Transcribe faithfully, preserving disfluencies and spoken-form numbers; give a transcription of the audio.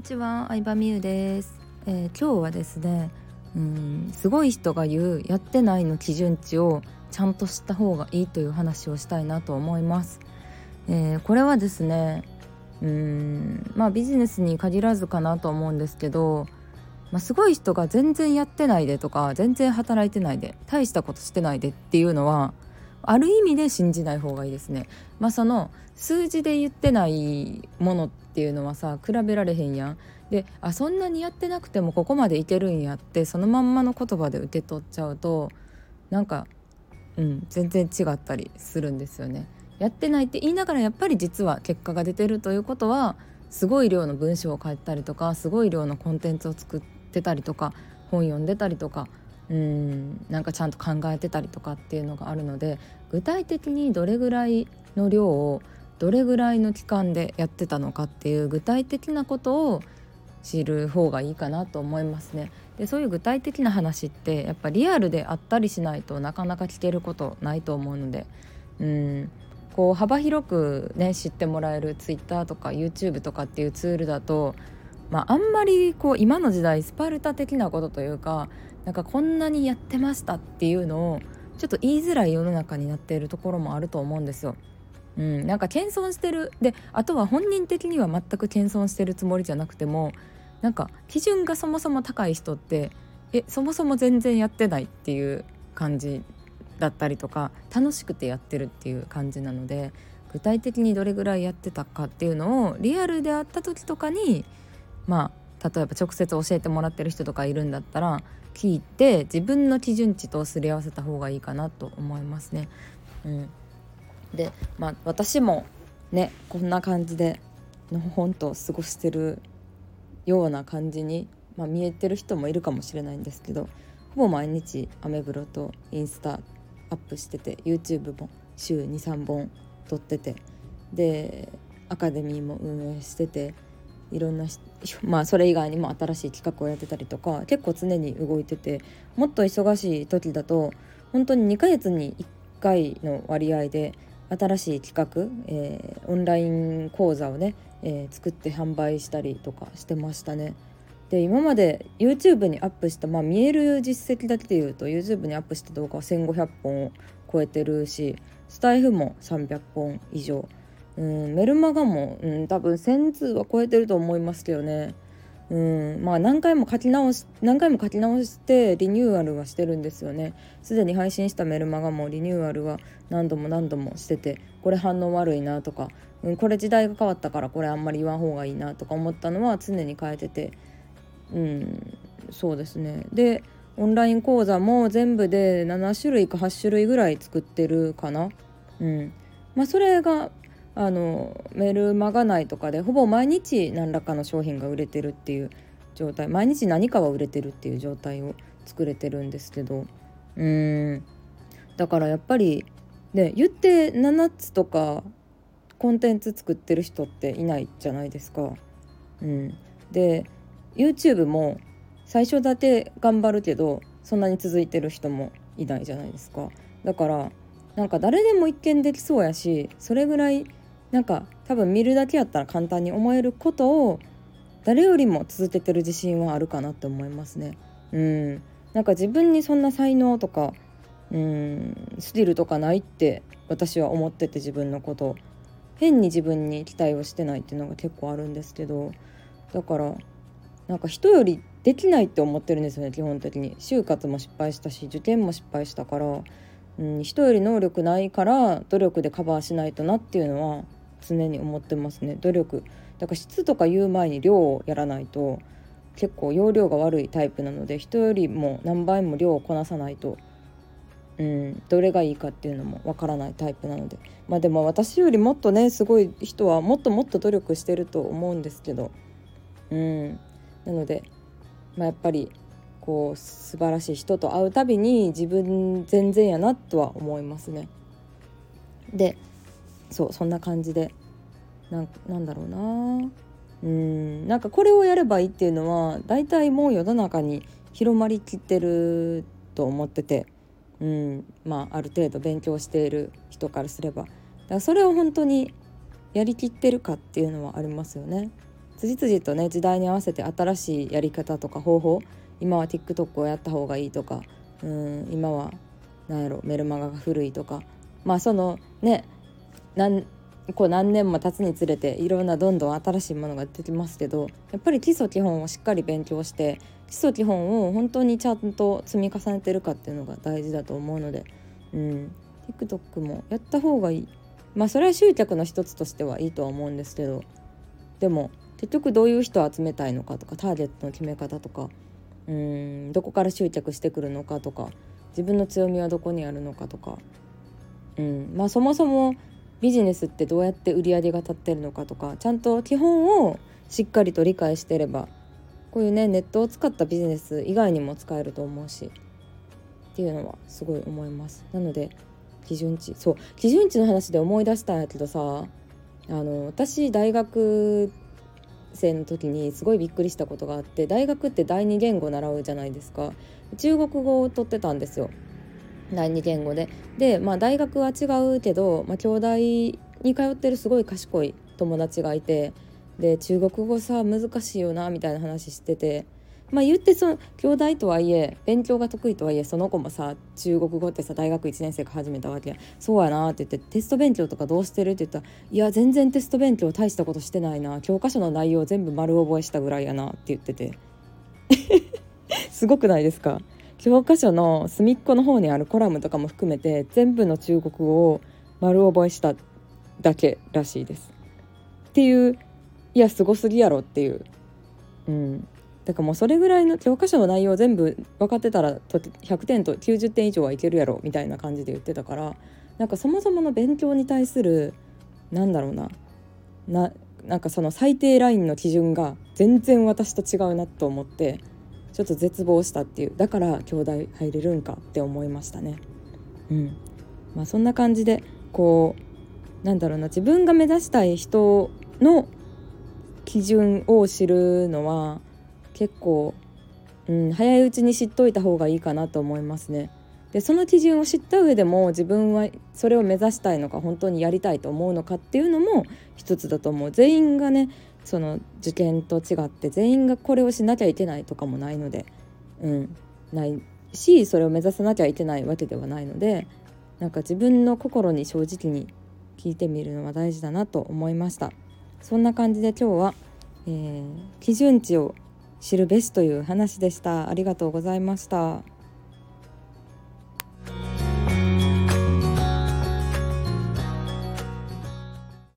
ちは、相葉美優です。えー今日はですね、うーんすごい人が言うやってないの基準値をちゃんと知った方がいいという話をしたいなと思います。えーこれはですね、うーんまあビジネスに限らずかなと思うんですけど、まあ、すごい人が全然やってないでとか全然働いてないで大したことしてないでっていうのはある意味で信じない方がいいですね。まあその数字で言ってないものっていうのはさ比べられへんやん。で、あそんなにやってなくてもここまでいけるんやってそのまんまの言葉で受け取っちゃうとなんかうん全然違ったりするんですよね。やってないって言いながらやっぱり実は結果が出てるということはすごい量の文章を書いたりとかすごい量のコンテンツを作ってたりとか本読んでたりとかうーんなんかちゃんと考えてたりとかっていうのがあるので、具体的にどれぐらいの量をどれぐらいの期間でやってたのかっていう具体的なことを知る方がいいかなと思いますね。でそういう具体的な話ってやっぱリアルであったりしないとなかなか聞けることないと思うので、うんこう幅広くね知ってもらえる Twitter とか YouTube とかっていうツールだと、まあ、あんまりこう今の時代スパルタ的なことというか、なんかこんなにやってましたっていうのをちょっと言いづらい世の中になっているところもあると思うんですよ。うん、なんか謙遜してるで、あとは本人的には全く謙遜してるつもりじゃなくても、なんか基準がそもそも高い人ってえそもそも全然やってないっていう感じだったりとか、楽しくてやってるっていう感じなので、具体的にどれぐらいやってたかっていうのをリアルで会った時とかに、まあ例えば直接教えてもらってる人とかいるんだったら聞いて自分の基準値とすり合わせた方がいいかなと思いますね。うんで、まあ、私もねこんな感じでのほほんと過ごしてるような感じに、まあ、見えてる人もいるかもしれないんですけど、ほぼ毎日アメブロとインスタアップしてて YouTube も週にさんぼん撮ってて、でアカデミーも運営してて、いろんなしまあそれ以外にも新しい企画をやってたりとか結構常に動いてて、もっと忙しい時だと本当ににかげつにいっかいの割合で新しい企画、えーオンライン講座をね、えー作って販売したりとかしてましたね。で今まで YouTube にアップした、まあ、見える実績だけで言うと YouTube にアップした動画はせんごひゃっぽんを超えてるし、スタイフもさんびゃっぽん以上、うんメルマガも、うん、多分せんつうは超えてると思いますけどね。うんまあ何回も書き直し何回も書き直してリニューアルはしてるんですよね。すでに配信したメルマガもリニューアルは何度も何度もしてて、これ反応悪いなとか、うん、これ時代が変わったからこれあんまり言わん方がいいなとか思ったのは常に変えてて、うんそうですね。でオンライン講座も全部でななしゅるいかはちしゅるいぐらい作ってるかな。うんまあそれがあのメルマガ内とかでほぼ毎日何らかの商品が売れてるっていう状態、毎日何かは売れてるっていう状態を作れてるんですけど、うーんだからやっぱりね言ってななつとかコンテンツ作ってる人っていないじゃないですか。うん、で YouTube も最初だけ頑張るけどそんなに続いてる人もいないじゃないですか。だからなんか誰でも一見できそうやし、それぐらいなんか多分見るだけやったら簡単に思えることを誰よりも続けてる自信はあるかなって思いますね。うんなんか自分にそんな才能とかうんスキルとかないって私は思ってて、自分のこと変に自分に期待をしてないっていうのが結構あるんですけど、だからなんか人よりできないって思ってるんですよね。基本的に就活も失敗したし受験も失敗したから、うん、人より能力ないから努力でカバーしないとなっていうのは常に思ってますね。努力だから質とか言う前に量をやらないと結構容量が悪いタイプなので、人よりも何倍も量をこなさないと、うん、どれがいいかっていうのもわからないタイプなので、まあでも私よりもっとねすごい人はもっともっと努力してると思うんですけど、うんなので、まあ、やっぱりこう素晴らしい人と会うたびに自分全然やなとは思いますね。でそうそんな感じでなんなんだろうなうんなんかこれをやればいいっていうのはだいたいもう世の中に広まりきってると思ってて、うんまあある程度勉強している人からすればだからそれを本当にやりきってるかっていうのはありますよね。 次々とね時代に合わせて新しいやり方とか方法、今は TikTok をやった方がいいとか、うん、今はなんやろメルマガが古いとか、まあそのね何こう何年も経つにつれていろんなどんどん新しいものが出てきますけど、やっぱり基礎基本をしっかり勉強して基礎基本を本当にちゃんと積み重ねてるかっていうのが大事だと思うので、うん、TikTok もやった方がいい。まあそれは集客の一つとしてはいいとは思うんですけど、でも結局どういう人を集めたいのかとか、ターゲットの決め方とか、うーんどこから集客してくるのかとか、自分の強みはどこにあるのかとか、うんまあそもそもビジネスってどうやって売り上げが立ってるのかとか、ちゃんと基本をしっかりと理解してれば、こういうねネットを使ったビジネス以外にも使えると思うしっていうのはすごい思います。なので基準値、そう基準値の話で思い出したんやけどさ、あの私大学生の時にすごいびっくりしたことがあって、大学って第二言語習うじゃないですか。中国語を取ってたんですよ、第二言語で。で、まあ、大学は違うけど、まあ、京大に通ってるすごい賢い友達がいて、で中国語さ難しいよなみたいな話してて、まあ言ってその京大とはいえ勉強が得意とはいえ、その子もさ中国語ってさ大学いちねん生が始めたわけや。そうやなって言って、テスト勉強とかどうしてるって言ったら、いや全然テスト勉強大したことしてないな、教科書の内容全部丸覚えしたぐらいやなって言っててすごくないですか。教科書の隅っこの方にあるコラムとかも含めて全部の中国語を丸覚えしただけらしいですっていう。いやすごすぎやろっていう、うん、だからもうそれぐらいの教科書の内容全部分かってたらひゃくてんときゅうじゅってん以上はいけるやろみたいな感じで言ってたから、なんかそもそもの勉強に対するなんだろうなななんかその最低ラインの基準が全然私と違うなと思って、ちょっと絶望したっていう。だから京大入れるんかって思いましたね。うんまあそんな感じで、こうなんだろうな、自分が目指したい人の基準を知るのは結構、うん、早いうちに知っといた方がいいかなと思いますね。でその基準を知った上でも自分はそれを目指したいのか本当にやりたいと思うのかっていうのも一つだと思う。全員がねその受験と違って全員がこれをしなきゃいけないとかもないので、うん、ないし、それを目指さなきゃいけないわけではないので、なんか自分の心に正直に聞いてみるのは大事だなと思いました。そんな感じで今日は、えー、基準値を知るべしという話でした。ありがとうございました。